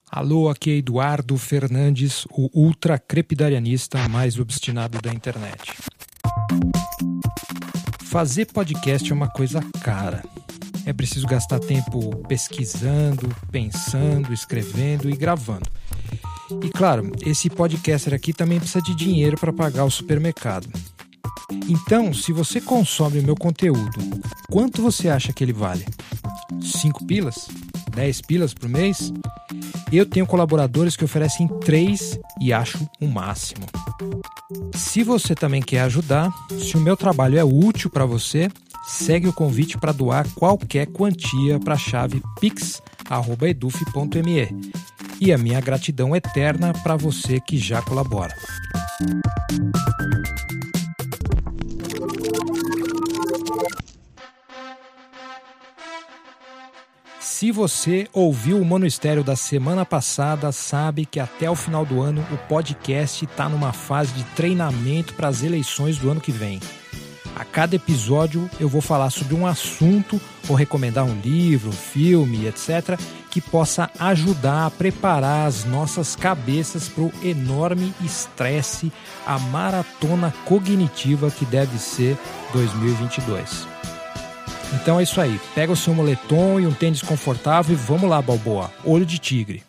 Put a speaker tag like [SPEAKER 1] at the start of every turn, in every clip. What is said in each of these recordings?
[SPEAKER 1] Alô, aqui é Eduardo Fernandes, o ultra-crepidarianista mais obstinado da internet. Fazer podcast é uma coisa cara. É preciso gastar tempo pesquisando, pensando, escrevendo e gravando. E claro, esse podcaster aqui também precisa de dinheiro para pagar o supermercado. Então, se você consome o meu conteúdo, quanto você acha que ele vale? 5 pilas? 10 pilas por mês? Eu tenho colaboradores que oferecem 3 e acho o máximo. Se você também quer ajudar, se o meu trabalho é útil para você, segue o convite para doar qualquer quantia para a chave pix@eduf.me. E a minha gratidão eterna para você que já colabora. Se você ouviu o Monistério da semana passada, sabe que até o final do ano o podcast está numa fase de treinamento para as eleições do ano que vem. A cada episódio eu vou falar sobre um assunto ou recomendar um livro, filme, etc., que possa ajudar a preparar as nossas cabeças para o enorme estresse, a maratona cognitiva que deve ser 2022. Então é isso aí, pega o seu moletom e um tênis confortável e vamos lá, Balboa, olho de tigre.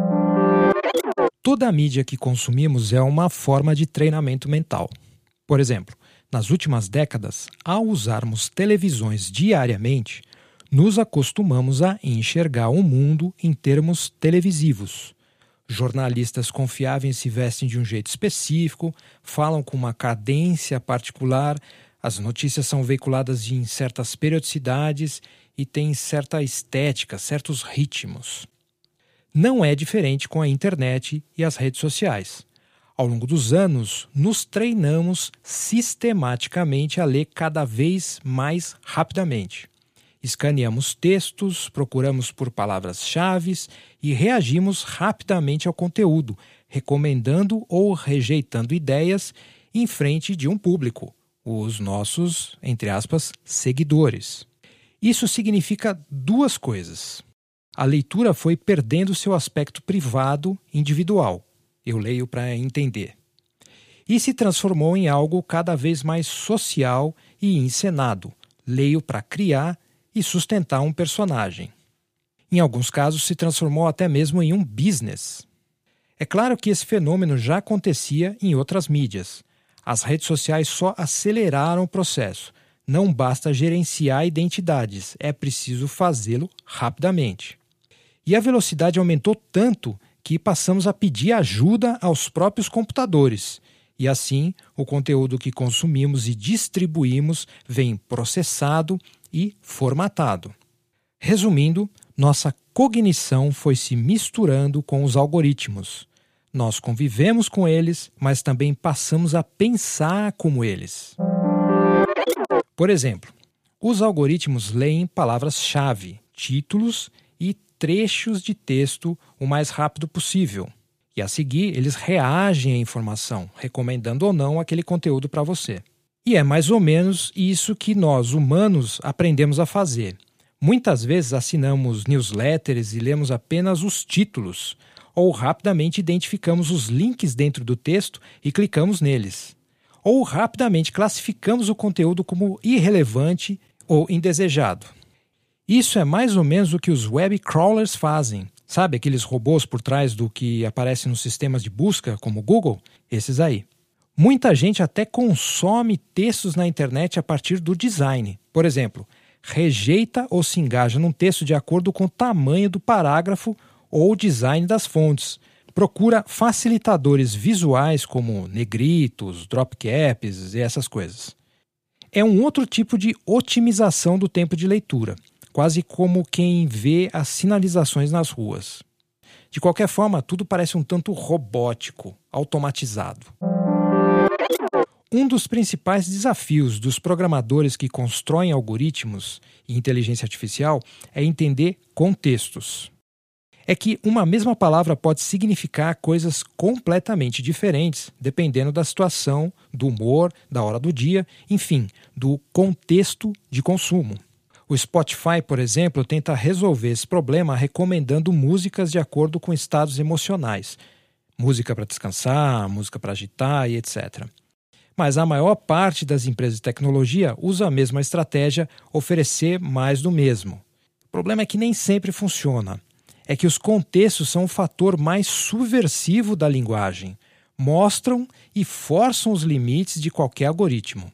[SPEAKER 1] Toda a mídia que consumimos é uma forma de treinamento mental. Por exemplo, nas últimas décadas, ao usarmos televisões diariamente, nos acostumamos a enxergar o mundo em termos televisivos. Jornalistas confiáveis se vestem de um jeito específico, falam com uma cadência particular. As notícias são veiculadas em certas periodicidades e têm certa estética, certos ritmos. Não é diferente com a internet e as redes sociais. Ao longo dos anos, nos treinamos sistematicamente a ler cada vez mais rapidamente. Escaneamos textos, procuramos por palavras-chave e reagimos rapidamente ao conteúdo, recomendando ou rejeitando ideias em frente de um público. Os nossos, entre aspas, seguidores. Isso significa duas coisas. A leitura foi perdendo seu aspecto privado, individual. Eu leio para entender. E se transformou em algo cada vez mais social e encenado. Leio para criar e sustentar um personagem. Em alguns casos se transformou até mesmo em um business. É claro que esse fenômeno já acontecia em outras mídias. As redes sociais só aceleraram o processo. Não basta gerenciar identidades, é preciso fazê-lo rapidamente. E a velocidade aumentou tanto que passamos a pedir ajuda aos próprios computadores. E assim, o conteúdo que consumimos e distribuímos vem processado e formatado. Resumindo, nossa cognição foi se misturando com os algoritmos. Nós convivemos com eles, mas também passamos a pensar como eles. Por exemplo, os algoritmos leem palavras-chave, títulos e trechos de texto o mais rápido possível. E a seguir, eles reagem à informação, recomendando ou não aquele conteúdo para você. E é mais ou menos isso que nós, humanos, aprendemos a fazer. Muitas vezes assinamos newsletters e lemos apenas os títulos, ou rapidamente identificamos os links dentro do texto e clicamos neles. Ou rapidamente classificamos o conteúdo como irrelevante ou indesejado. Isso é mais ou menos o que os web crawlers fazem. Sabe aqueles robôs por trás do que aparece nos sistemas de busca, como o Google? Esses aí. Muita gente até consome textos na internet a partir do design. Por exemplo, rejeita ou se engaja num texto de acordo com o tamanho do parágrafo ou design das fontes. Procura facilitadores visuais como negritos, dropcaps e essas coisas. É um outro tipo de otimização do tempo de leitura, quase como quem vê as sinalizações nas ruas. De qualquer forma, tudo parece um tanto robótico, automatizado. Um dos principais desafios dos programadores que constroem algoritmos e inteligência artificial é entender contextos. É que uma mesma palavra pode significar coisas completamente diferentes, dependendo da situação, do humor, da hora do dia, enfim, do contexto de consumo. O Spotify, por exemplo, tenta resolver esse problema recomendando músicas de acordo com estados emocionais. Música para descansar, música para agitar e etc. Mas a maior parte das empresas de tecnologia usa a mesma estratégia, oferecer mais do mesmo. O problema é que nem sempre funciona. É que os contextos são o fator mais subversivo da linguagem. Mostram e forçam os limites de qualquer algoritmo.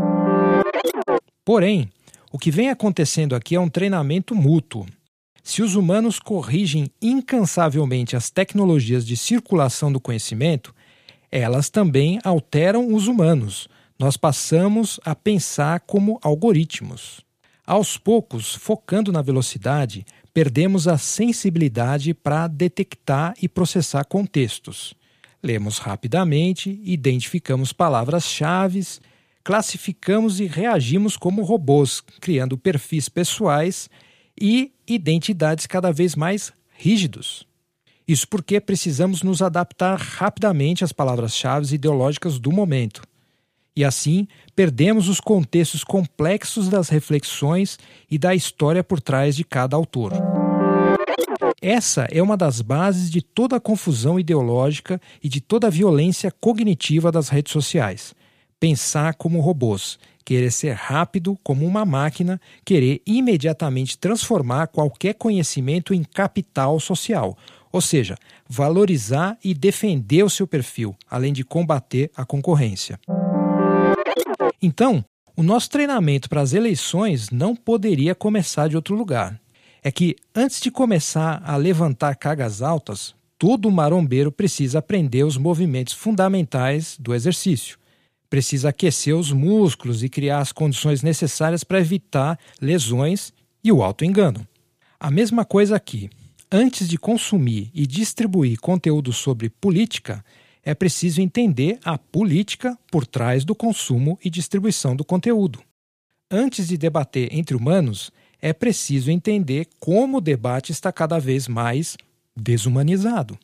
[SPEAKER 1] Porém, o que vem acontecendo aqui é um treinamento mútuo. Se os humanos corrigem incansavelmente as tecnologias de circulação do conhecimento, elas também alteram os humanos. Nós passamos a pensar como algoritmos. Aos poucos, focando na velocidade, perdemos a sensibilidade para detectar e processar contextos. Lemos rapidamente, identificamos palavras-chave, classificamos e reagimos como robôs, criando perfis pessoais e identidades cada vez mais rígidos. Isso porque precisamos nos adaptar rapidamente às palavras-chave ideológicas do momento. E assim, perdemos os contextos complexos das reflexões e da história por trás de cada autor. Essa é uma das bases de toda a confusão ideológica e de toda a violência cognitiva das redes sociais. Pensar como robôs, querer ser rápido como uma máquina, querer imediatamente transformar qualquer conhecimento em capital social, ou seja, valorizar e defender o seu perfil, além de combater a concorrência. Então, o nosso treinamento para as eleições não poderia começar de outro lugar. É que, antes de começar a levantar cargas altas, todo marombeiro precisa aprender os movimentos fundamentais do exercício. Precisa aquecer os músculos e criar as condições necessárias para evitar lesões e o autoengano. A mesma coisa aqui. Antes de consumir e distribuir conteúdo sobre política, é preciso entender a política por trás do consumo e distribuição do conteúdo. Antes de debater entre humanos, é preciso entender como o debate está cada vez mais desumanizado.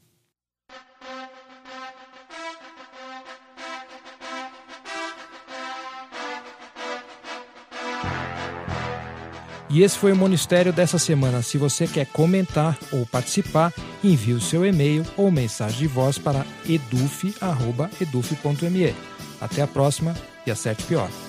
[SPEAKER 1] E esse foi o Monistério dessa semana. Se você quer comentar ou participar, envie o seu e-mail ou mensagem de voz para eduf@eduf.me. Até a próxima e acerte pior.